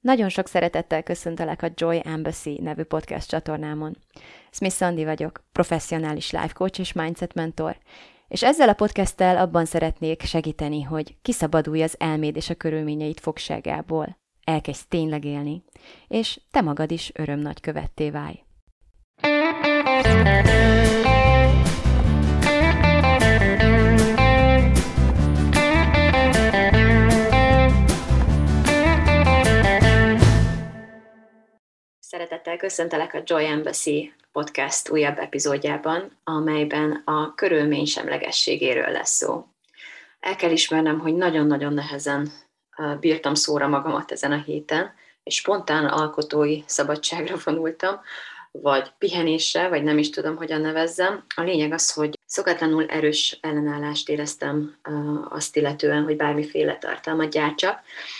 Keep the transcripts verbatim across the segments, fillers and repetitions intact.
Nagyon sok szeretettel köszöntelek a Joy Embassy nevű podcast csatornámon. Smith Andi vagyok, professzionális life coach és mindset mentor, és ezzel a podcasttel abban szeretnék segíteni, hogy kiszabadulj az elméd és a körülményeid fogságából, elkezdj tényleg élni, és te magad is örömnagykövetté válj. Szeretettel köszöntelek a Joy Embassy podcast újabb epizódjában, amelyben a körülmény semlegességéről lesz szó. El kell ismernem, hogy nagyon-nagyon nehezen bírtam szóra magamat ezen a héten, és spontán alkotói szabadságra vonultam, vagy pihenésre, vagy nem is tudom, hogyan nevezzem. A lényeg az, hogy szokatlanul erős ellenállást éreztem azt illetően, hogy bármiféle tartalmat gyártsak,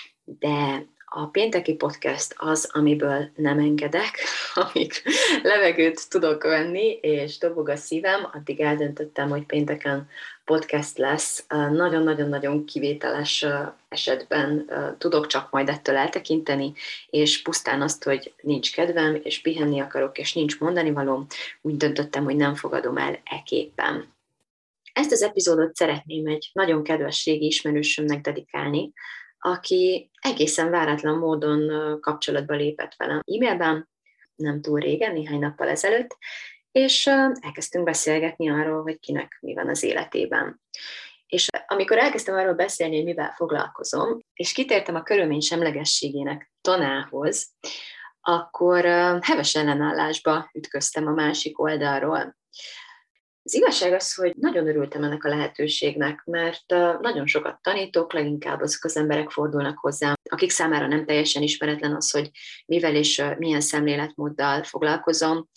de a pénteki podcast az, amiből nem engedek, amíg levegőt tudok venni, és dobog a szívem, addig eldöntöttem, hogy pénteken podcast lesz. Nagyon-nagyon-nagyon kivételes esetben tudok csak majd ettől eltekinteni, és pusztán azt, hogy nincs kedvem, és pihenni akarok, és nincs mondani valóm, úgy döntöttem, hogy nem fogadom el eképpen. Ezt az epizódot szeretném egy nagyon kedves régi ismerősömnek dedikálni, aki egészen váratlan módon kapcsolatba lépett velem e-mailben, nem túl régen, néhány nappal ezelőtt, és elkezdtünk beszélgetni arról, hogy kinek mi van az életében. És amikor elkezdtem arról beszélni, hogy mivel foglalkozom, és kitértem a körülmény semlegességének tanához, akkor heves ellenállásba ütköztem a másik oldalról. Az igazság az, hogy nagyon örültem ennek a lehetőségnek, mert nagyon sokat tanítok, leginkább azok az emberek fordulnak hozzám, akik számára nem teljesen ismeretlen az, hogy mivel és milyen szemléletmóddal foglalkozom,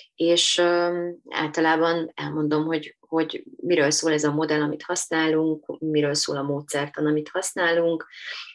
és általában elmondom, hogy, hogy miről szól ez a modell, amit használunk, miről szól a módszertan, amit használunk,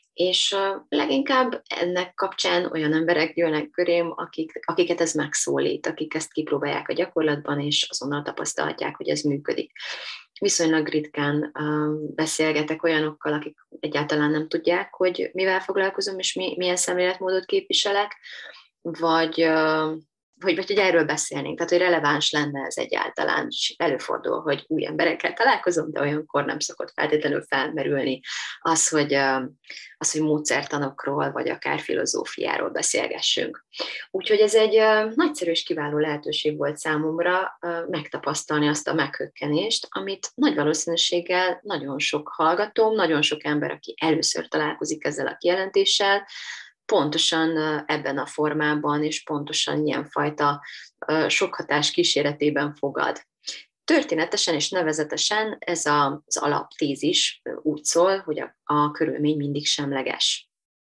és leginkább ennek kapcsán olyan emberek gyűlnek körém, akik, akiket ez megszólít, akik ezt kipróbálják a gyakorlatban, és azonnal tapasztalhatják, hogy ez működik. Viszonylag ritkán uh, beszélgetek olyanokkal, akik egyáltalán nem tudják, hogy mivel foglalkozom, és mi, milyen szemléletmódot képviselek, vagy... Uh, Hogy, vagy hogy erről beszélnénk, tehát hogy releváns lenne ez egyáltalán. Előfordul, hogy új emberekkel találkozom, de olyankor nem szokott feltétlenül felmerülni az, hogy, az, hogy módszertanokról, vagy akár filozófiáról beszélgessünk. Úgyhogy ez egy nagyszerű és kiváló lehetőség volt számomra megtapasztalni azt a meghökkenést, amit nagy valószínűséggel nagyon sok hallgatóm, nagyon sok ember, aki először találkozik ezzel a kijelentéssel, pontosan ebben a formában, és pontosan ilyenfajta sok hatás kíséretében fogad. Történetesen és nevezetesen ez az alaptézis úgy szól, hogy a, a körülmény mindig semleges.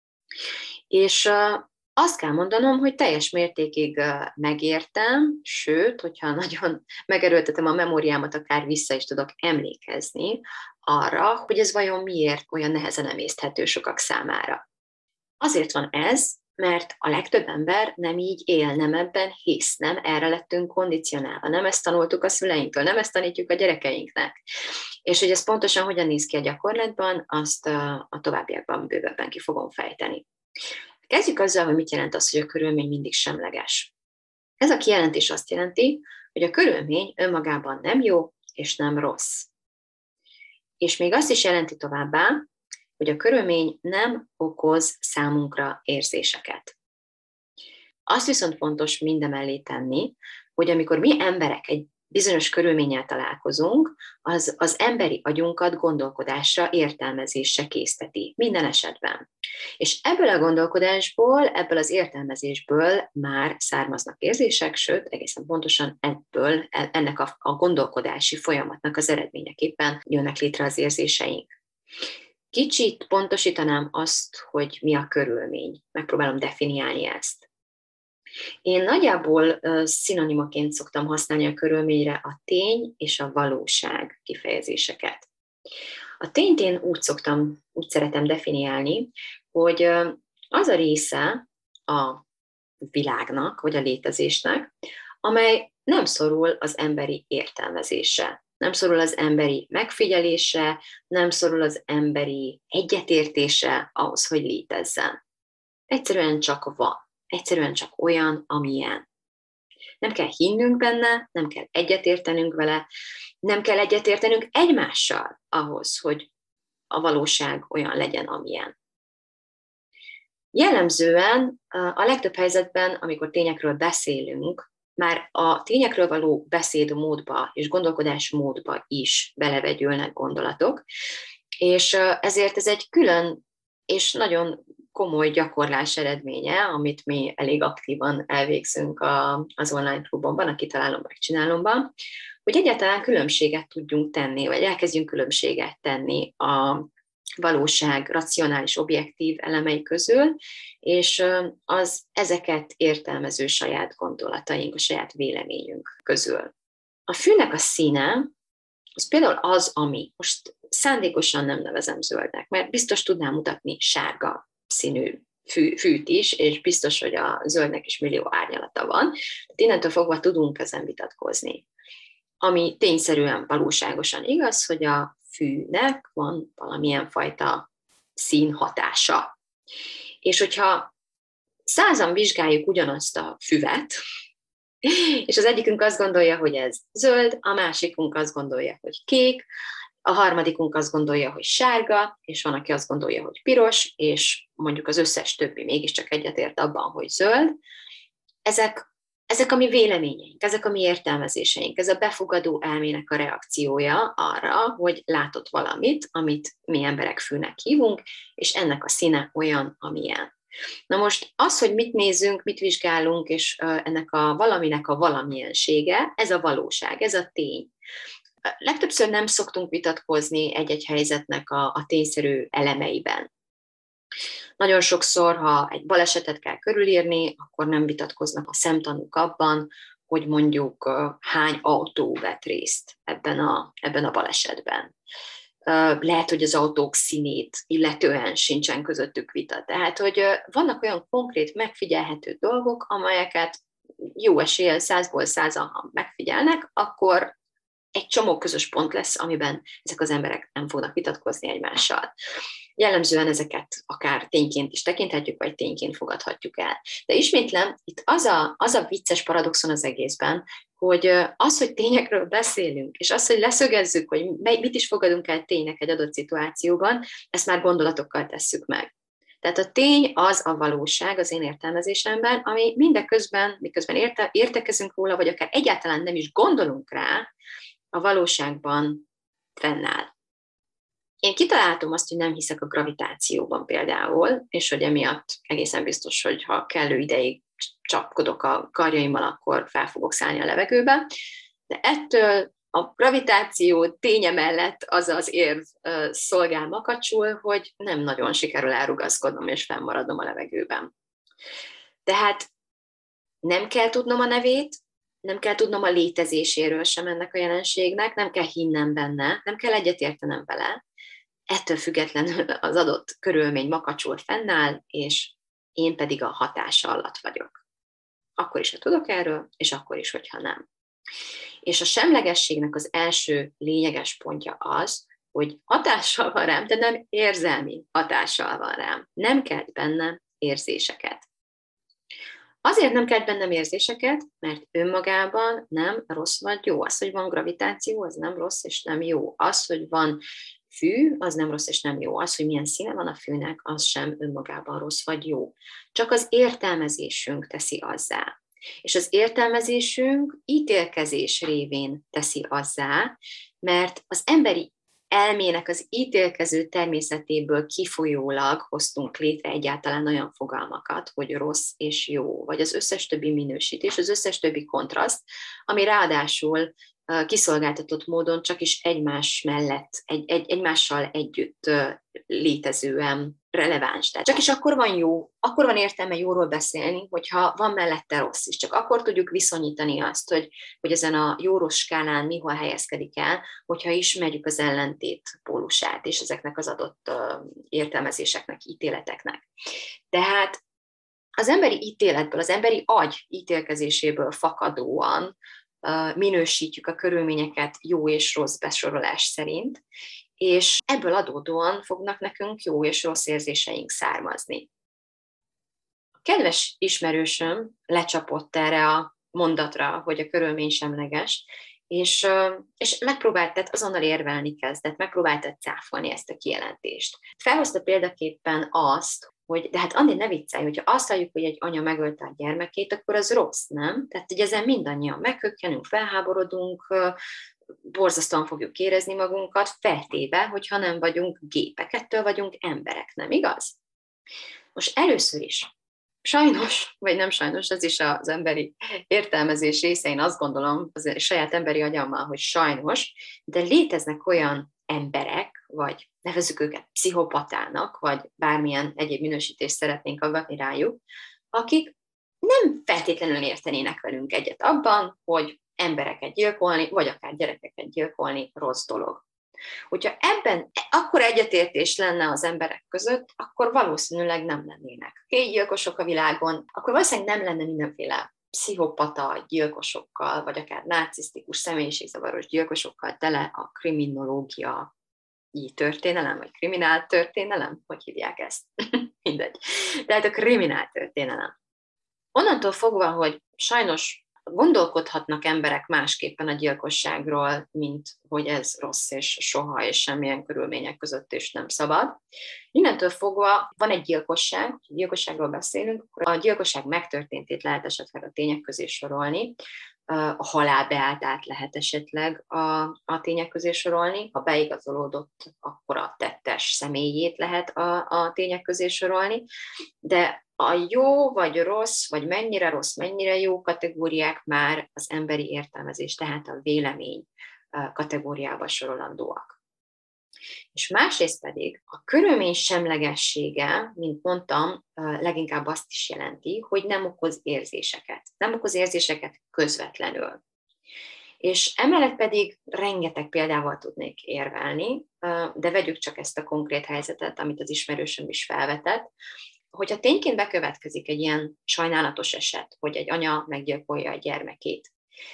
És azt kell mondanom, hogy teljes mértékig megértem, sőt, hogyha nagyon megerőltetem a memóriámat, akár vissza is tudok emlékezni arra, hogy ez vajon miért olyan nehezen emészthető sokak számára. Azért van ez, mert a legtöbb ember nem így él, nem ebben hisz, nem erre lettünk kondicionálva, nem ezt tanultuk a szüleinktől, nem ezt tanítjuk a gyerekeinknek. És hogy ez pontosan hogyan néz ki a gyakorlatban, azt a továbbiakban bővebben ki fogom fejteni. Kezdjük azzal, hogy mit jelent az, hogy a körülmény mindig semleges. Ez a kijelentés azt jelenti, hogy a körülmény önmagában nem jó és nem rossz. És még azt is jelenti továbbá, hogy a körülmény nem okoz számunkra érzéseket. Azt viszont fontos mindemellé tenni, hogy amikor mi emberek egy bizonyos körülménnyel találkozunk, az az emberi agyunkat gondolkodásra, értelmezésre készteti, minden esetben. És ebből a gondolkodásból, ebből az értelmezésből már származnak érzések, sőt, egészen pontosan ebből, ennek a, a gondolkodási folyamatnak az eredményeképpen jönnek létre az érzéseink. Kicsit pontosítanám azt, hogy mi a körülmény. Megpróbálom definiálni ezt. Én nagyjából uh, szinonimaként szoktam használni a körülményre a tény és a valóság kifejezéseket. A tényt én úgy szoktam, úgy szeretem definiálni, hogy uh, az a része a világnak, vagy a létezésnek, amely nem szorul az emberi értelmezésre. Nem szorul az emberi megfigyelésre, nem szorul az emberi egyetértésre ahhoz, hogy létezzen. Egyszerűen csak van. Egyszerűen csak olyan, amilyen. Nem kell hinnünk benne, nem kell egyetértenünk vele, nem kell egyetértenünk egymással ahhoz, hogy a valóság olyan legyen, amilyen. Jellemzően a legtöbb helyzetben, amikor tényekről beszélünk, már a tényekről való beszédmódba és gondolkodásmódba is belevegyülnek gondolatok, és ezért ez egy külön és nagyon komoly gyakorlás eredménye, amit mi elég aktívan elvégzünk az online klubomban, a Kitalálom, Megcsinálomban, hogy egyáltalán különbséget tudjunk tenni, vagy elkezdjünk különbséget tenni a valóság racionális, objektív elemei közül, és az ezeket értelmező saját gondolataink, a saját véleményünk közül. A fűnek a színe, az például az, ami most szándékosan nem nevezem zöldnek, mert biztos tudnám mutatni sárga színű fű, fűt is, és biztos, hogy a zöldnek is millió árnyalata van. Tehát innentől fogva tudunk ezen vitatkozni. Ami tényszerűen, valóságosan igaz, hogy a fűnek van valamilyen fajta színhatása. És hogyha százan vizsgáljuk ugyanazt a füvet, és az egyikünk azt gondolja, hogy ez zöld, a másikunk azt gondolja, hogy kék, a harmadikunk azt gondolja, hogy sárga, és van, aki azt gondolja, hogy piros, és mondjuk az összes többi mégiscsak egyetért abban, hogy zöld. Ezek Ezek a mi véleményeink, ezek a mi értelmezéseink, ez a befogadó elmének a reakciója arra, hogy látott valamit, amit mi emberek fűnek hívunk, és ennek a színe olyan, amilyen. Na most az, hogy mit nézünk, mit vizsgálunk, és ennek a valaminek a valamilyensége, ez a valóság, ez a tény. Legtöbbször nem szoktunk vitatkozni egy-egy helyzetnek a, a tényszerű elemeiben. Nagyon sokszor, ha egy balesetet kell körülírni, akkor nem vitatkoznak a szemtanúk abban, hogy mondjuk hány autó vett részt ebben a, ebben a balesetben. Lehet, hogy az autók színét illetően sincsen közöttük vita. Tehát, hogy vannak olyan konkrét, megfigyelhető dolgok, amelyeket jó eséllyel százból százan, ha megfigyelnek, akkor egy csomó közös pont lesz, amiben ezek az emberek nem fognak vitatkozni egymással. Jellemzően ezeket akár tényként is tekinthetjük, vagy tényként fogadhatjuk el. De ismétlem, itt az a, az a vicces paradoxon az egészben, hogy az, hogy tényekről beszélünk, és az, hogy leszögezzük, hogy mit is fogadunk el ténynek egy adott szituációban, ezt már gondolatokkal tesszük meg. Tehát a tény az a valóság az én értelmezésemben, ami mindeközben, miközben érte, értekezünk róla, vagy akár egyáltalán nem is gondolunk rá, a valóságban fennáll. Én kitaláltam azt, hogy nem hiszek a gravitációban például, és hogy emiatt egészen biztos, hogy ha kellő ideig csapkodok a karjaimmal, akkor fel fogok szállni a levegőbe. De ettől a gravitáció ténye mellett az az érv szolgál makacsul, hogy nem nagyon sikerül elrugaszkodnom és fennmaradnom a levegőben. Tehát nem kell tudnom a nevét, nem kell tudnom a létezéséről sem ennek a jelenségnek, nem kell hinnem benne, nem kell egyetértenem vele. Ettől függetlenül az adott körülmény makacsul fennáll, és én pedig a hatása alatt vagyok. Akkor is, ha tudok erről, és akkor is, hogyha nem. És a semlegességnek az első lényeges pontja az, hogy hatással van rám, de nem érzelmi hatással van rám. Nem kelt bennem érzéseket. Azért nem kelt bennem érzéseket, mert önmagában nem rossz vagy jó. Az, hogy van gravitáció, az nem rossz és nem jó. Az, hogy van fű, az nem rossz és nem jó. Az, hogy milyen színe van a fűnek, az sem önmagában rossz vagy jó. Csak az értelmezésünk teszi azzá. És az értelmezésünk ítélkezés révén teszi azzá, mert az emberi elmének az ítélkező természetéből kifolyólag hoztunk létre egyáltalán olyan fogalmakat, hogy rossz és jó, vagy az összes többi minősítés, az összes többi kontraszt, ami ráadásul kiszolgáltatott módon csak is egymás mellett, egy, egy, egymással együtt létezően releváns. Tehát csak is akkor van jó, akkor van értelme jóról beszélni, hogyha van mellette rossz is. Csak akkor tudjuk viszonyítani azt, hogy, hogy ezen a jó-rossz skálán mi hol helyezkedik el, hogyha ismerjük az ellentét pólusát és ezeknek az adott értelmezéseknek, ítéleteknek. Tehát az emberi ítéletből, az emberi agy ítélkezéséből fakadóan minősítjük a körülményeket jó és rossz besorolás szerint, és ebből adódóan fognak nekünk jó és rossz érzéseink származni. kedves ismerősöm lecsapott erre a mondatra, hogy a körülmény semleges, és, és megpróbált, tehát azonnal érvelni kezdett, megpróbálta cáfolni ezt a kijelentést. Felhozta példaképpen azt, hogy de hát Andi, ne viccelj, hogyha azt halljuk, hogy egy anya megölte a gyermekét, akkor az rossz, nem? Tehát, hogy ezen mindannyian meghökkenünk, felháborodunk, borzasztóan fogjuk érezni magunkat, feltéve, hogyha nem vagyunk gépek, ettől vagyunk emberek, nem igaz? Most először is, sajnos, vagy nem sajnos, ez is az emberi értelmezés része, én azt gondolom, az saját emberi agyammal, hogy sajnos, de léteznek olyan emberek, vagy nevezzük őket pszichopatának, vagy bármilyen egyéb minősítést szeretnénk aggatni rájuk, akik nem feltétlenül értenének velünk egyet abban, hogy embereket gyilkolni, vagy akár gyerekeket gyilkolni rossz dolog. Hogyha ebben akkor egyetértés lenne az emberek között, akkor valószínűleg nem lennének gyilkosok a világon, akkor valószínűleg nem lenne mindenféle pszichopata gyilkosokkal, vagy akár narcisztikus, személyiségzavaros gyilkosokkal tele a kriminológia történelem, vagy kriminál történelem, hogy hívják ezt? Mindegy. Tehát a kriminál történelem. Onnantól fogva, hogy sajnos gondolkodhatnak emberek másképpen a gyilkosságról, mint hogy ez rossz és soha és semmilyen körülmények között is nem szabad. Innentől fogva van egy gyilkosság, ha gyilkosságról beszélünk, akkor a gyilkosság megtörténtét lehet esetleg a tények közé sorolni, a halálbeáltát lehet esetleg a, a tények közé sorolni, ha beigazolódott, akkor a tettes személyét lehet a, a tények közé sorolni, de a jó vagy rossz, vagy mennyire rossz, mennyire jó kategóriák már az emberi értelmezés, tehát a vélemény kategóriába sorolandóak. És másrészt pedig a körülmény semlegessége, mint mondtam, leginkább azt is jelenti, hogy nem okoz érzéseket. Nem okoz érzéseket közvetlenül. És emellett pedig rengeteg példával tudnék érvelni, de vegyük csak ezt a konkrét helyzetet, amit az ismerősöm is felvetett, hogyha tényként bekövetkezik egy ilyen sajnálatos eset, hogy egy anya meggyilkolja a gyermekét,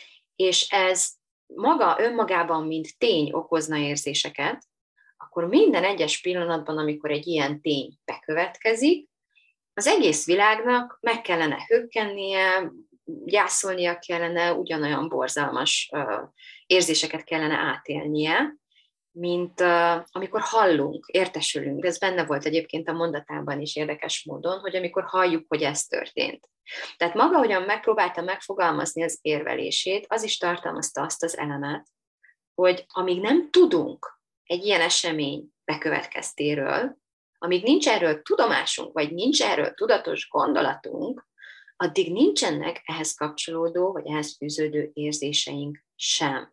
és ez maga önmagában, mint tény okozna érzéseket, akkor minden egyes pillanatban, amikor egy ilyen tény bekövetkezik, az egész világnak meg kellene hökkennie, gyászolnia kellene, ugyanolyan borzalmas érzéseket kellene átélnie, mint uh, amikor hallunk, értesülünk, ez benne volt egyébként a mondatában is érdekes módon, hogy amikor halljuk, hogy ez történt. Tehát maga, hogyan megpróbálta megfogalmazni az érvelését, az is tartalmazta azt az elemet, hogy amíg nem tudunk egy ilyen esemény bekövetkeztéről, amíg nincs erről tudomásunk, vagy nincs erről tudatos gondolatunk, addig nincsenek ehhez kapcsolódó, vagy ehhez fűződő érzéseink sem.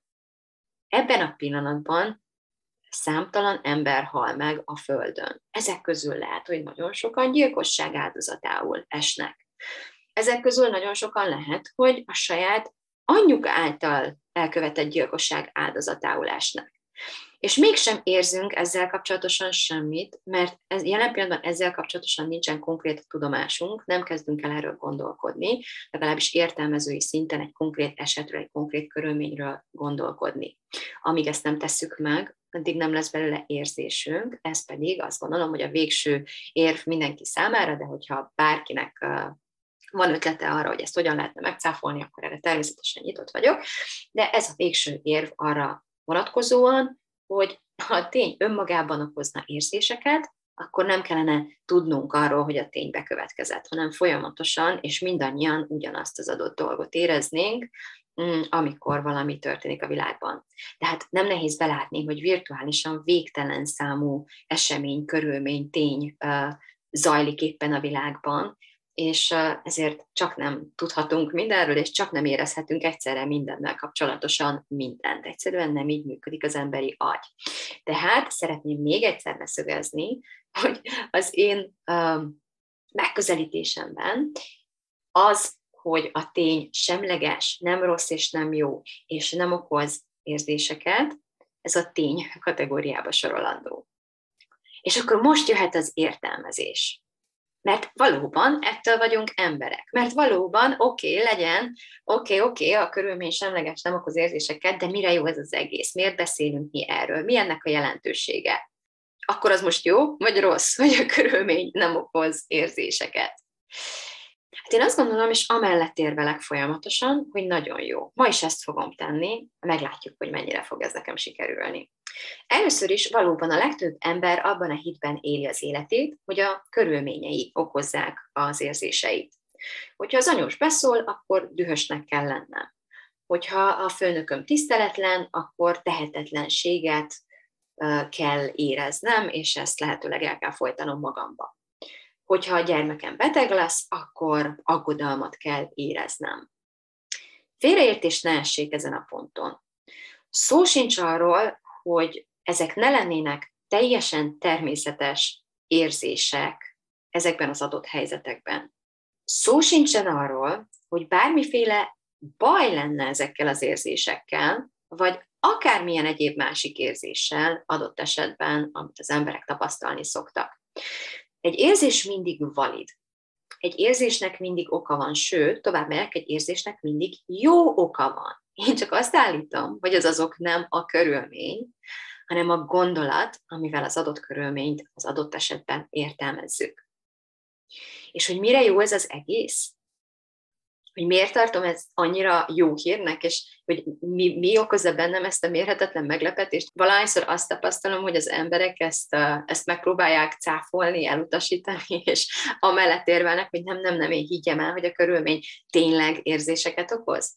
Ebben a pillanatban számtalan ember hal meg a Földön. Ezek közül lehet, hogy nagyon sokan gyilkosság áldozatául esnek. Ezek közül nagyon sokan lehet, hogy a saját anyjuk által elkövetett gyilkosság áldozatául esnek. És mégsem érzünk ezzel kapcsolatosan semmit, mert ez, jelen pillanatban ezzel kapcsolatosan nincsen konkrét tudomásunk, nem kezdünk el erről gondolkodni, legalábbis értelmezői szinten egy konkrét esetről, egy konkrét körülményről gondolkodni. Amíg ezt nem tesszük meg, addig nem lesz belőle érzésünk, ez pedig azt gondolom, hogy a végső érv mindenki számára, de hogyha bárkinek van ötlete arra, hogy ezt hogyan lehetne megcáfolni, akkor erre természetesen nyitott vagyok, de ez a végső érv arra vonatkozóan, hogy ha a tény önmagában okozna érzéseket, akkor nem kellene tudnunk arról, hogy a tény bekövetkezett, hanem folyamatosan és mindannyian ugyanazt az adott dolgot éreznénk, amikor valami történik a világban. Tehát nem nehéz belátni, hogy virtuálisan végtelen számú esemény, körülmény, tény zajlik éppen a világban, és ezért csak nem tudhatunk mindenről, és csak nem érezhetünk egyszerre mindennel kapcsolatosan mindent. Egyszerűen nem így működik az emberi agy. Tehát szeretném még egyszer leszögezni, hogy az én um, megközelítésemben az, hogy a tény semleges, nem rossz és nem jó, és nem okoz érzéseket, ez a tény kategóriába sorolandó. És akkor most jöhet az értelmezés. Mert valóban ettől vagyunk emberek. Mert valóban oké, okay, legyen, oké, okay, oké, okay, a körülmény semleges, nem okoz érzéseket, de mire jó ez az egész? Miért beszélünk mi erről? Mi ennek a jelentősége? Akkor az most jó, vagy rossz, hogy a körülmény nem okoz érzéseket? Hát én azt gondolom, és amellett érvelek folyamatosan, hogy nagyon jó. Ma is ezt fogom tenni, meglátjuk, hogy mennyire fog ez nekem sikerülni. Először is valóban a legtöbb ember abban a hitben éli az életét, hogy a körülményei okozzák az érzéseit. Hogyha az anyós beszól, akkor dühösnek kell lennem. Hogyha a főnököm tiszteletlen, akkor tehetetlenséget kell éreznem, és ezt lehetőleg el kell folytanom magamba. Hogyha a gyermekem beteg lesz, akkor aggodalmat kell éreznem. Félreértés ne essék ezen a ponton. Szó sincs arról, hogy ezek ne lennének teljesen természetes érzések ezekben az adott helyzetekben. Szó sincsen arról, hogy bármiféle baj lenne ezekkel az érzésekkel, vagy akármilyen egyéb másik érzéssel adott esetben, amit az emberek tapasztalni szoktak. Egy érzés mindig valid. Egy érzésnek mindig oka van, sőt, tovább megyek, egy érzésnek mindig jó oka van. Én csak azt állítom, hogy az az ok nem a körülmény, hanem a gondolat, amivel az adott körülményt az adott esetben értelmezzük. És hogy mire jó ez az egész? Hogy miért tartom ezt annyira jó hírnek, és hogy mi, mi okozza bennem ezt a mérhetetlen meglepetést. Valahányszor azt tapasztalom, hogy az emberek ezt, ezt megpróbálják cáfolni, elutasítani, és amellett érvelnek, hogy nem, nem, nem, én higgyem el, hogy a körülmény tényleg érzéseket okoz.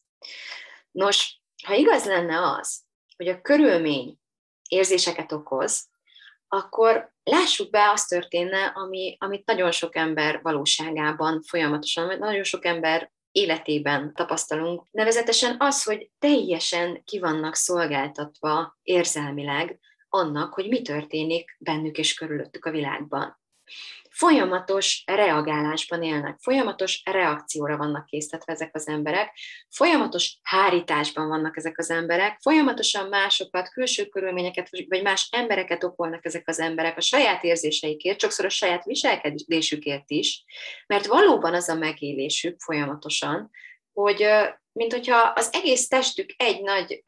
Nos, ha igaz lenne az, hogy a körülmény érzéseket okoz, akkor lássuk be, az történne, ami, amit nagyon sok ember valóságában folyamatosan, vagy nagyon sok ember életében tapasztalunk, nevezetesen az, hogy teljesen ki vannak szolgáltatva érzelmileg annak, hogy mi történik bennük és körülöttük a világban. Folyamatos reagálásban élnek, folyamatos reakcióra vannak késztetve ezek az emberek, folyamatos hárításban vannak ezek az emberek, folyamatosan másokat, külső körülményeket, vagy más embereket okolnak ezek az emberek a saját érzéseikért, sokszor a saját viselkedésükért is, mert valóban az a megélésük folyamatosan, hogy mint hogyha az egész testük egy nagy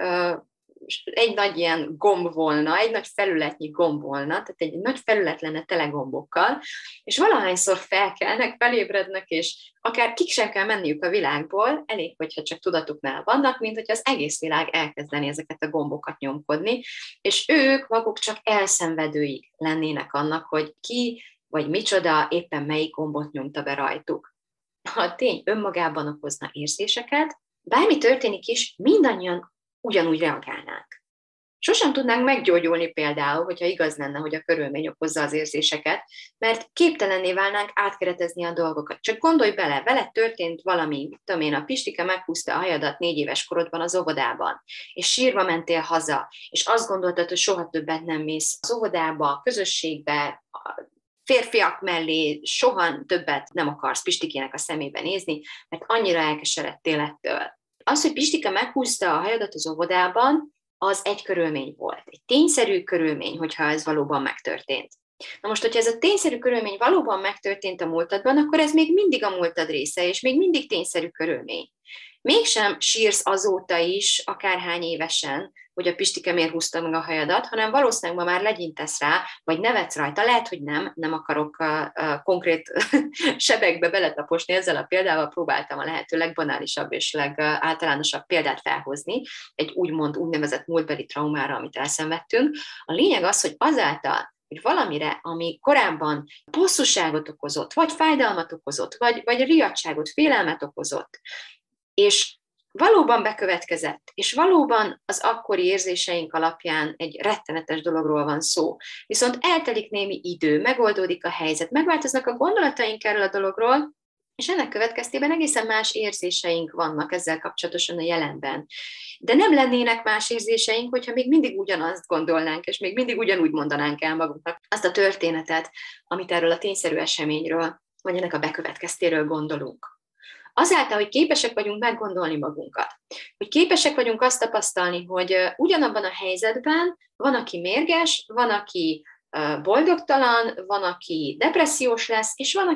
egy nagy ilyen gomb volna, egy nagy felületnyi gomb volna, tehát egy nagy felület lenne tele gombokkal, és valahányszor felkelnek, felébrednek, és akár kik sem kell menniük a világból, elég, hogyha csak tudatuknál vannak, mint hogyha az egész világ elkezdeni ezeket a gombokat nyomkodni, és ők maguk csak elszenvedőik lennének annak, hogy ki vagy micsoda éppen melyik gombot nyomta be rajtuk. Ha a tény önmagában okozna érzéseket, bármi történik is, mindannyian ugyanúgy reagálnánk. Sosem tudnánk meggyógyulni például, hogyha igaz lenne, hogy a körülmény okozza az érzéseket, mert képtelenné válnánk átkeretezni a dolgokat. Csak gondolj bele, veled történt valami, tudom én, a Pistike meghúzta a hajadat négy éves korodban az óvodában, és sírva mentél haza, és azt gondoltad, hogy soha többet nem mész az óvodába, a közösségbe, a férfiak mellé, soha többet nem akarsz Pistikének a szemébe nézni, mert annyira elkeseredtél ettől. Az, hogy Pistike meghúzta a hajadat az óvodában, az egy körülmény volt. Egy tényszerű körülmény, hogyha ez valóban megtörtént. Na most, hogyha ez a tényszerű körülmény valóban megtörtént a múltadban, akkor ez még mindig a múltad része, és még mindig tényszerű körülmény. Mégsem sírsz azóta is, akárhány évesen, hogy a Pistike miért húzta meg a hajadat, hanem valószínűleg ma már legyintesz rá, vagy nevetsz rajta. Lehet, hogy nem, nem akarok uh, uh, konkrét sebekbe beletaposni, ezzel a példával próbáltam a lehető legbanálisabb és legáltalánosabb példát felhozni, egy úgymond úgynevezett múltbeli traumára, amit elszenvedtünk. A lényeg az, hogy azáltal, hogy valamire, ami korábban bosszúságot okozott, vagy fájdalmat okozott, vagy, vagy riadtságot, félelmet okozott, és valóban bekövetkezett, és valóban az akkori érzéseink alapján egy rettenetes dologról van szó. Viszont eltelik némi idő, megoldódik a helyzet, megváltoznak a gondolataink erről a dologról, és ennek következtében egészen más érzéseink vannak ezzel kapcsolatosan a jelenben. De nem lennének más érzéseink, hogyha még mindig ugyanazt gondolnánk, és még mindig ugyanúgy mondanánk el magunknak azt a történetet, amit erről a tényszerű eseményről, vagy ennek a bekövetkeztéről gondolunk. Azáltal, hogy képesek vagyunk meggondolni magunkat, hogy képesek vagyunk azt tapasztalni, hogy ugyanabban a helyzetben van, aki mérges, van, aki boldogtalan, van, aki depressziós lesz, és van, aki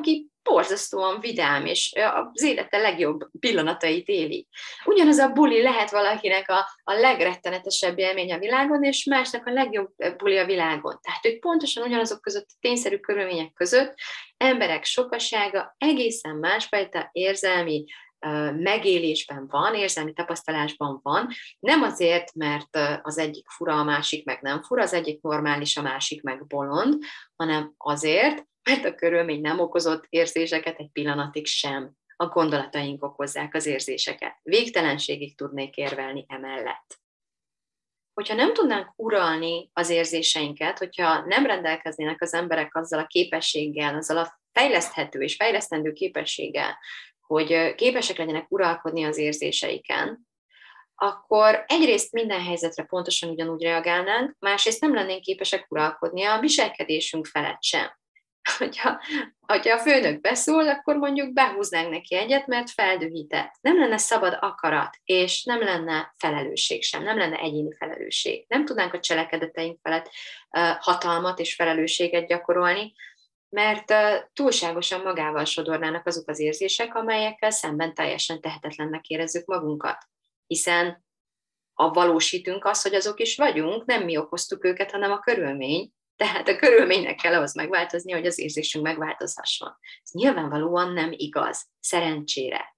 borzasztóan vidám, és az élete legjobb pillanatait éli. Ugyanaz a buli lehet valakinek a, a legrettenetesebb élmény a világon, és másnak a legjobb buli a világon. Tehát, hogy pontosan ugyanazok között, a tényszerű körülmények között emberek sokasága egészen másfajta érzelmi megélésben van, érzelmi tapasztalásban van, nem azért, mert az egyik fura, a másik meg nem fura, az egyik normális, a másik meg bolond, hanem azért, mert a körülmény nem okozott érzéseket egy pillanatig sem. A gondolataink okozzák az érzéseket. Végtelenségig tudnék érvelni emellett. Hogyha nem tudnánk uralni az érzéseinket, hogyha nem rendelkeznének az emberek azzal a képességgel, azzal a fejleszthető és fejlesztendő képességgel, hogy képesek legyenek uralkodni az érzéseiken, akkor egyrészt minden helyzetre pontosan ugyanúgy reagálnánk, másrészt nem lennénk képesek uralkodni a viselkedésünk felett sem. Hogyha, hogyha a főnök beszól, akkor mondjuk behúznánk neki egyet, mert feldühített. Nem lenne szabad akarat, és nem lenne felelősség sem, nem lenne egyéni felelősség. Nem tudnánk a cselekedeteink felett uh, hatalmat és felelősséget gyakorolni, mert uh, túlságosan magával sodornának azok az érzések, amelyekkel szemben teljesen tehetetlennek érezzük magunkat. Hiszen a valósítunk azt, hogy azok is vagyunk, nem mi okoztuk őket, hanem a körülmény. Tehát a körülménynek kell ahhoz megváltozni, hogy az érzésünk megváltozhasson. Ez nyilvánvalóan nem igaz, szerencsére.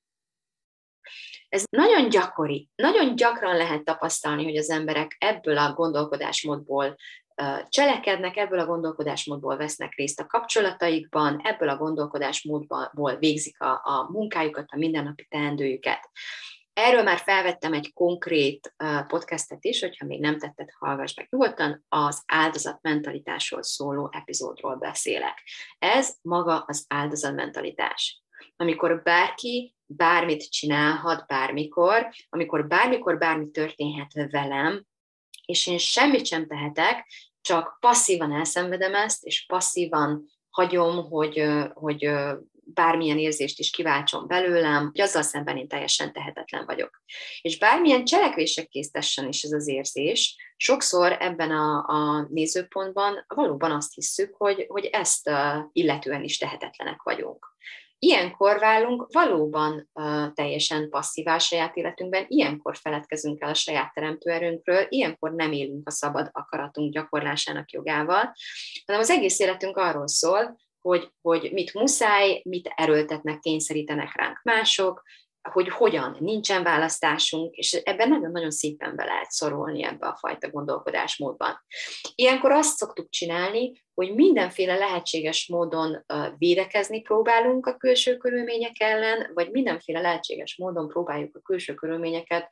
Ez nagyon gyakori, nagyon gyakran lehet tapasztalni, hogy az emberek ebből a gondolkodásmódból cselekednek, ebből a gondolkodásmódból vesznek részt a kapcsolataikban, ebből a gondolkodásmódból végzik a, a munkájukat, a mindennapi teendőjüket. Erről már felvettem egy konkrét podcastet is, hogyha még nem tetted, hallgass meg nyugodtan, az áldozatmentalitásról szóló epizódról beszélek. Ez maga az áldozatmentalitás. Amikor bárki bármit csinálhat bármikor, amikor bármikor bármi történhet velem, és én semmit sem tehetek, csak passzívan elszenvedem ezt, és passzívan hagyom, hogy, hogy bármilyen érzést is kiváltson belőlem, hogy azzal szemben én teljesen tehetetlen vagyok. És bármilyen cselekvések késztessen is ez az érzés, sokszor ebben a, a nézőpontban valóban azt hisszük, hogy, hogy ezt uh, illetően is tehetetlenek vagyunk. Ilyenkor válunk valóban uh, teljesen passzívá saját életünkben, ilyenkor feledkezünk el a saját teremtőerőnkről, ilyenkor nem élünk a szabad akaratunk gyakorlásának jogával, hanem az egész életünk arról szól, hogy, hogy mit muszáj, mit erőltetnek, kényszerítenek ránk mások, hogy hogyan, nincsen választásunk, és ebben nagyon-nagyon szépen be lehet szorulni ebbe a fajta gondolkodásmódban. Ilyenkor azt szoktuk csinálni, hogy mindenféle lehetséges módon védekezni próbálunk a külső körülmények ellen, vagy mindenféle lehetséges módon próbáljuk a külső körülményeket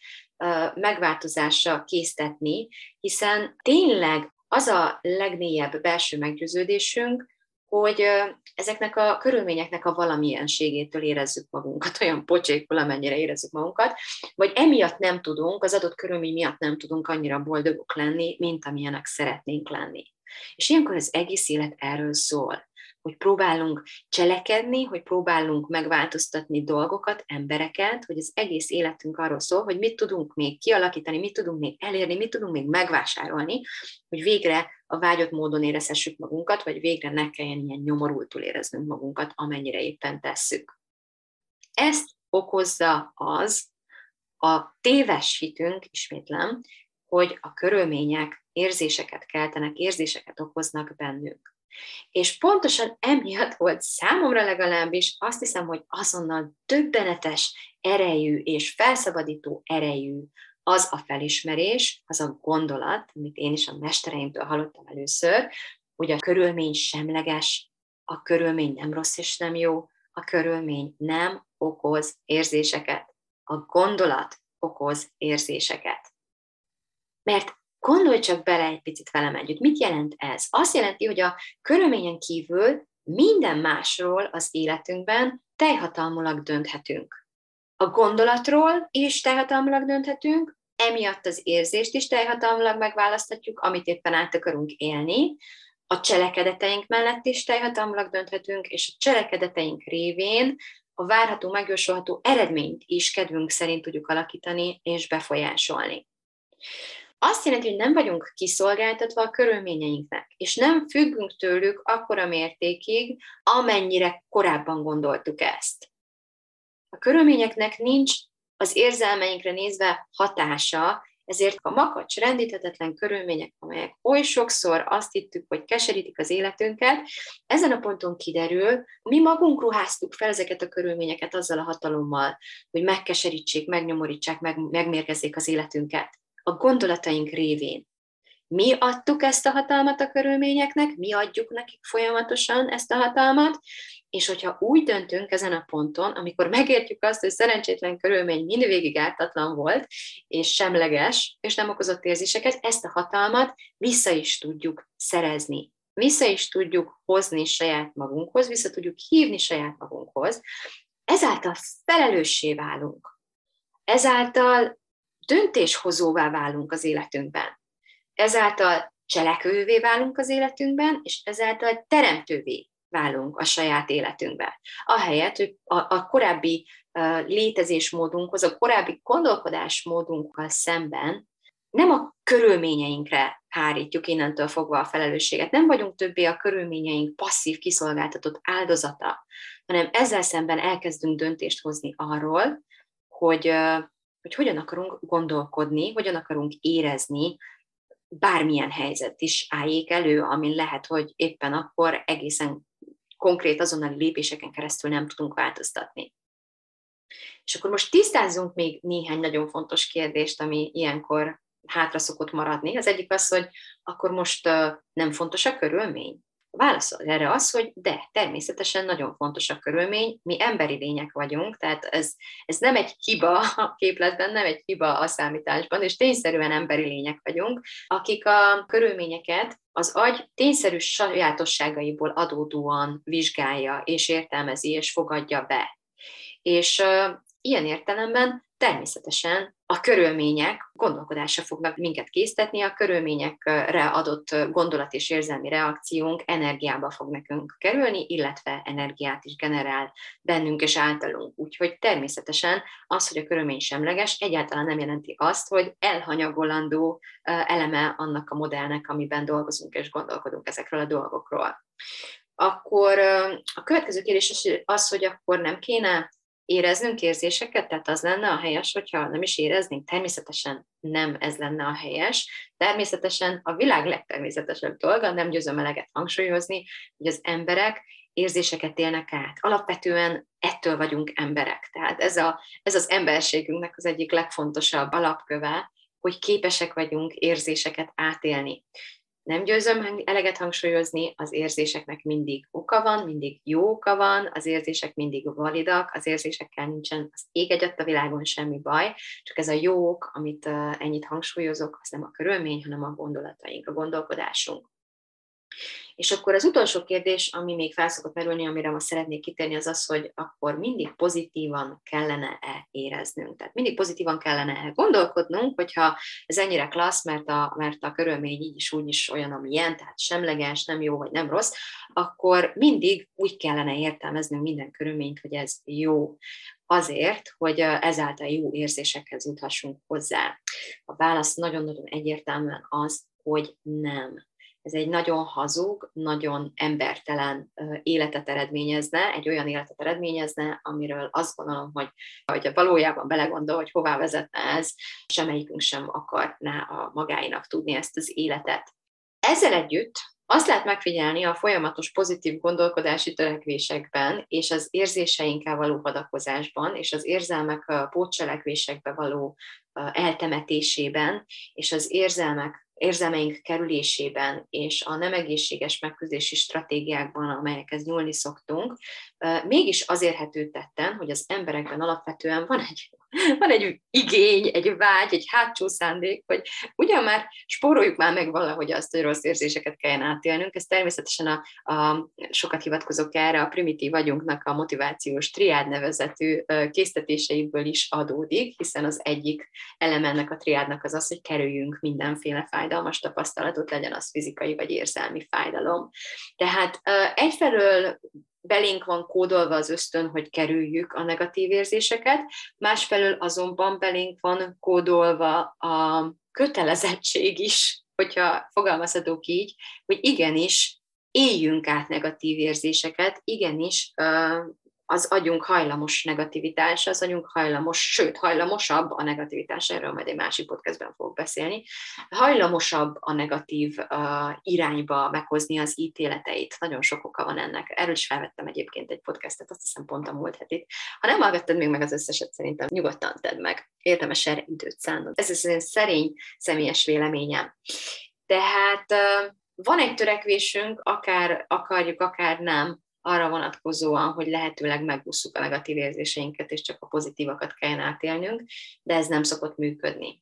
megváltozásra késztetni, hiszen tényleg az a legmélyebb belső meggyőződésünk, hogy ezeknek a körülményeknek a valamilyenségétől érezzük magunkat, olyan pocsékul, amennyire érezzük magunkat, vagy emiatt nem tudunk, az adott körülmény miatt nem tudunk annyira boldogok lenni, mint amilyenek szeretnénk lenni. És ilyenkor az egész élet erről szól, hogy próbálunk cselekedni, hogy próbálunk megváltoztatni dolgokat, embereket, hogy az egész életünk arról szól, hogy mit tudunk még kialakítani, mit tudunk még elérni, mit tudunk még megvásárolni, hogy végre a vágyott módon érezhessük magunkat, vagy végre ne kelljen ilyen nyomorultul éreznünk magunkat, amennyire éppen tesszük. Ezt okozza az a téves hitünk, ismétlem, hogy a körülmények érzéseket keltenek, érzéseket okoznak bennünk. És pontosan emiatt volt számomra legalábbis, azt hiszem, hogy azonnal döbbenetes erejű és felszabadító erejű az a felismerés, az a gondolat, amit én is a mestereimtől hallottam először, hogy a körülmény semleges, a körülmény nem rossz és nem jó, a körülmény nem okoz érzéseket, a gondolat okoz érzéseket. Mert gondolj csak bele egy picit velem együtt, mit jelent ez? Azt jelenti, hogy a körülményen kívül minden másról az életünkben teljhatalmulag dönthetünk. A gondolatról is teljhatalmulag dönthetünk, emiatt az érzést is teljhatalmulag megválaszthatjuk, amit éppen át akarunk élni, a cselekedeteink mellett is teljhatalmulag dönthetünk, és a cselekedeteink révén a várható, megjósolható eredményt is kedvünk szerint tudjuk alakítani és befolyásolni. azt jelenti, hogy nem vagyunk kiszolgáltatva a körülményeinknek, és nem függünk tőlük akkora mértékig, amennyire korábban gondoltuk ezt. A körülményeknek nincs az érzelmeinkre nézve hatása, ezért a makacs, rendíthetetlen körülmények, amelyek oly sokszor azt hittük, hogy keserítik az életünket, ezen a ponton kiderül, mi magunk ruháztuk fel ezeket a körülményeket azzal a hatalommal, hogy megkeserítsék, megnyomorítsák, meg, megmérgezzék az életünket. A gondolataink révén. Mi adtuk ezt a hatalmat a körülményeknek, mi adjuk nekik folyamatosan ezt a hatalmat, és hogyha úgy döntünk ezen a ponton, amikor megértjük azt, hogy szerencsétlen körülmény mindvégig ártatlan volt, és semleges, és nem okozott érzéseket, ezt a hatalmat vissza is tudjuk szerezni. Vissza is tudjuk hozni saját magunkhoz, vissza tudjuk hívni saját magunkhoz. Ezáltal felelőssé válunk. Ezáltal döntéshozóvá válunk az életünkben. Ezáltal cselekvővé válunk az életünkben, és ezáltal teremtővé válunk a saját életünkben. Ahelyett, hogy a, a korábbi uh, létezésmódunkhoz, a korábbi gondolkodásmódunkkal szemben nem a körülményeinkre hárítjuk innentől fogva a felelősséget. Nem vagyunk többé a körülményeink passzív, kiszolgáltatott áldozata, hanem ezzel szemben elkezdünk döntést hozni arról, hogy, uh, hogy hogyan akarunk gondolkodni, hogyan akarunk érezni, bármilyen helyzet is álljék elő, amin lehet, hogy éppen akkor egészen konkrét azonnali lépéseken keresztül nem tudunk változtatni. És akkor most tisztázzunk még néhány nagyon fontos kérdést, ami ilyenkor hátra szokott maradni. Az egyik az, hogy akkor most uh, nem fontos a körülmény? A válasz erre az, hogy de, természetesen nagyon fontos a körülmény, mi emberi lények vagyunk, tehát ez, ez nem egy hiba a képletben, nem egy hiba a számításban, és tényszerűen emberi lények vagyunk, akik a körülményeket az agy tényszerű sajátosságaiból adódóan vizsgálja, és értelmezi, és fogadja be. És uh, ilyen értelemben természetesen a körülmények gondolkodásra fognak minket késztetni, a körülményekre adott gondolat és érzelmi reakciónk energiába fog nekünk kerülni, illetve energiát is generál bennünk és általunk. Úgyhogy természetesen az, hogy a körülmény semleges, egyáltalán nem jelenti azt, hogy elhanyagolandó eleme annak a modellnek, amiben dolgozunk és gondolkodunk ezekről a dolgokról. Akkor a következő kérdés az, hogy akkor nem kéne éreznünk érzéseket, tehát az lenne a helyes, hogyha nem is éreznénk. Természetesen nem ez lenne a helyes. Természetesen a világ legtermészetesebb dolga, nem győzöm eleget hangsúlyozni, hogy az emberek érzéseket élnek át. Alapvetően ettől vagyunk emberek. Tehát ez, a, ez az emberségünknek az egyik legfontosabb alapköve, hogy képesek vagyunk érzéseket átélni. Nem győzöm eleget hangsúlyozni, az érzéseknek mindig oka van, mindig jó oka van, az érzések mindig validak, az érzésekkel nincsen az ég egyatt a világon semmi baj, csak ez a jó ok, amit ennyit hangsúlyozok, az nem a körülmény, hanem a gondolataink, a gondolkodásunk. És akkor az utolsó kérdés, ami még fel szokott merülni, amire most szeretnék kitérni, az az, hogy akkor mindig pozitívan kellene-e éreznünk. Tehát mindig pozitívan kellene-e gondolkodnunk, hogyha ez ennyire klassz, mert a, mert a körülmény így is úgy is olyan, amilyen, tehát semleges, nem jó vagy nem rossz, akkor mindig úgy kellene értelmeznünk minden körülményt, hogy ez jó. Azért, hogy ezáltal jó érzésekhez juthassunk hozzá. A válasz nagyon-nagyon egyértelműen az, hogy nem. Ez egy nagyon hazug, nagyon embertelen életet eredményezne, egy olyan életet eredményezne, amiről azt gondolom, hogy, hogy valójában belegondol, hogy hová vezetne ez, semmelyikünk sem akarná a magáinak tudni ezt az életet. Ezzel együtt azt lehet megfigyelni a folyamatos pozitív gondolkodási törekvésekben, és az érzéseinkkel való hadakozásban, és az érzelmek pótcselekvésekbe való eltemetésében, és az érzelmek érzelmeink kerülésében és a nem egészséges megküzdési stratégiákban, amelyekhez nyúlni szoktunk, mégis az érhető tetten, hogy az emberekben alapvetően van egy, van egy igény, egy vágy, egy hátsó szándék, hogy ugyan már spóroljuk már meg valahogy azt, hogy rossz érzéseket kelljen átélnünk. Ez természetesen a, a sokat hivatkozok erre, a primitív agyunknak a motivációs triád nevezetű késztetéseiből is adódik, hiszen az egyik eleme ennek a triádnak az az, hogy kerüljünk mindenféle fájdalmas tapasztalatot, legyen az fizikai vagy érzelmi fájdalom. Tehát egyfelől belénk van kódolva az ösztön, hogy kerüljük a negatív érzéseket, másfelől azonban belénk van kódolva a kötelezettség is, hogyha fogalmazhatok így, hogy igenis éljünk át negatív érzéseket, igenis az agyunk hajlamos negativitásra, az agyunk hajlamos, sőt, hajlamosabb a negativitás, erről majd egy másik podcastben fogok beszélni, hajlamosabb a negatív uh, irányba meghozni az ítéleteit. Nagyon sok oka van ennek. Erről is felvettem egyébként egy podcastet, azt hiszem pont a múlt hetit. Ha nem hallgattad még meg az összeset, szerintem nyugodtan tedd meg. Érdemes erre időt szánnod. Ez az én szerény, személyes véleményem. Tehát uh, van egy törekvésünk, akár akarjuk, akár nem, arra vonatkozóan, hogy lehetőleg megússzuk a negatív érzéseinket, és csak a pozitívakat kelljen átélnünk, de ez nem szokott működni.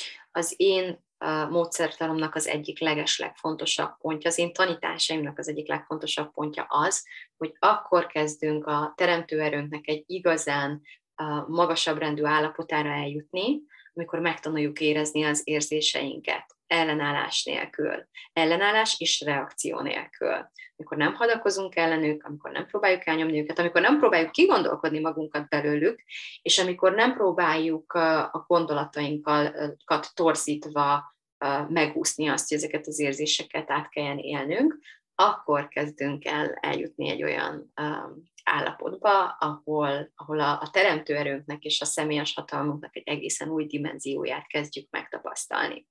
Az én uh, módszertanomnak az egyik legeslegfontosabb pontja, az én tanításaimnak az egyik legfontosabb pontja az, hogy akkor kezdünk a teremtőerőnknek egy igazán uh, magasabb rendű állapotára eljutni, amikor megtanuljuk érezni az érzéseinket, ellenállás nélkül. Ellenállás és reakció nélkül. Amikor nem hadakozunk ellenük, amikor nem próbáljuk elnyomni őket, amikor nem próbáljuk kigondolkodni magunkat belőlük, és amikor nem próbáljuk a gondolatainkat torzítva megúszni azt, hogy ezeket az érzéseket át kelljen élnünk, akkor kezdünk el eljutni egy olyan állapotba, ahol, ahol a, a teremtőerőnknek és a személyes hatalmunknak egy egészen új dimenzióját kezdjük megtapasztalni.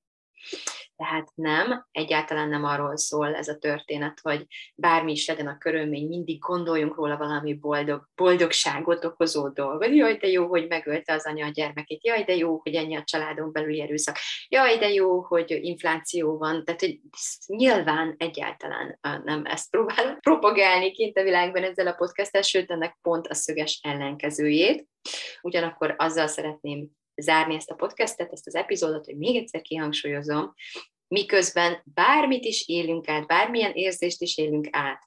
Tehát nem, egyáltalán nem arról szól ez a történet, hogy bármi is legyen a körülmény, mindig gondoljunk róla valami boldog, boldogságot okozó dolgot. Jaj, de jó, hogy megölte az anya a gyermekét. Jaj, de jó, hogy ennyi a családon belüli erőszak. Jaj, de jó, hogy infláció van. Tehát, hogy nyilván egyáltalán nem ezt próbálom propagálni kint a világban ezzel a podcasttel, sőt, ennek pont a szöges ellenkezőjét. Ugyanakkor azzal szeretném zárni ezt a podcastet, ezt az epizódot, hogy még egyszer kihangsúlyozom, miközben bármit is élünk át, bármilyen érzést is élünk át,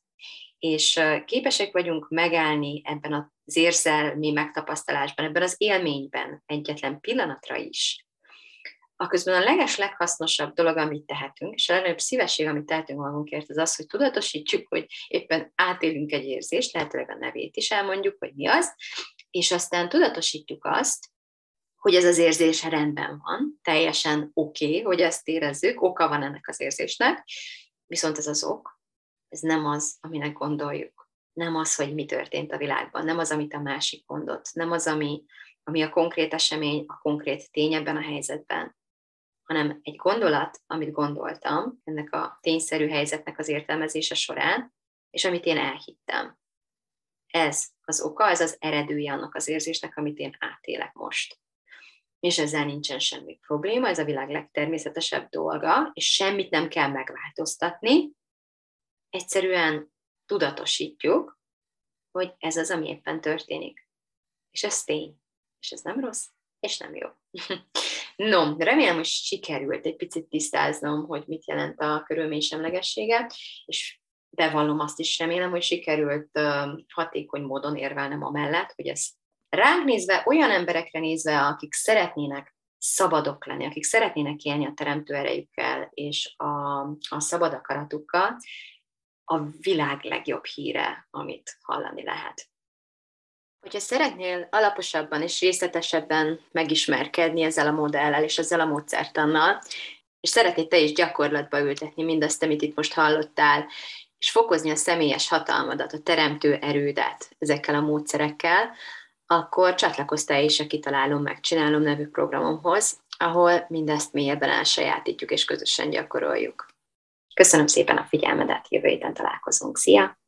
és képesek vagyunk megállni ebben az érzelmi megtapasztalásban, ebben az élményben egyetlen pillanatra is, aközben a leges leghasznosabb dolog, amit tehetünk, és a legnagyobb szívesség, amit tehetünk magunkért, az az, hogy tudatosítjuk, hogy éppen átélünk egy érzést, lehetőleg a nevét is elmondjuk, hogy mi az, és aztán tudatosítjuk azt, hogy ez az érzés rendben van, teljesen oké, okay, hogy ezt érezzük, oka van ennek az érzésnek, viszont ez az ok, ez nem az, aminek gondoljuk. Nem az, hogy mi történt a világban, nem az, amit a másik mondott, nem az, ami, ami a konkrét esemény, a konkrét tény ebben a helyzetben, hanem egy gondolat, amit gondoltam ennek a tényszerű helyzetnek az értelmezése során, és amit én elhittem. Ez az oka, ez az eredője annak az érzésnek, amit én átélek most. És ezzel nincsen semmi probléma, ez a világ legtermészetesebb dolga, és semmit nem kell megváltoztatni. Egyszerűen tudatosítjuk, hogy ez az, ami éppen történik. És ez tény. És ez nem rossz, és nem jó. No, remélem, hogy sikerült egy picit tisztáznom, hogy mit jelent a körülménysemlegessége, és bevallom azt is, remélem, hogy sikerült hatékony módon érvelnem amellett, hogy ez ránk nézve, olyan emberekre nézve, akik szeretnének szabadok lenni, akik szeretnének élni a teremtő erejükkel és a, a szabad akaratukkal, a világ legjobb híre, amit hallani lehet. Hogyha szeretnél alaposabban és részletesebben megismerkedni ezzel a modellel és ezzel a módszertannal, és szeretnéd te is gyakorlatba ültetni mindazt, amit itt most hallottál, és fokozni a személyes hatalmadat, a teremtő erődet ezekkel a módszerekkel, akkor csatlakozz te is a Kitalálom, Megcsinálom nevű programomhoz, ahol mindezt mélyebben elsajátítjuk és közösen gyakoroljuk. Köszönöm szépen a figyelmedet, jövő héten találkozunk. Szia!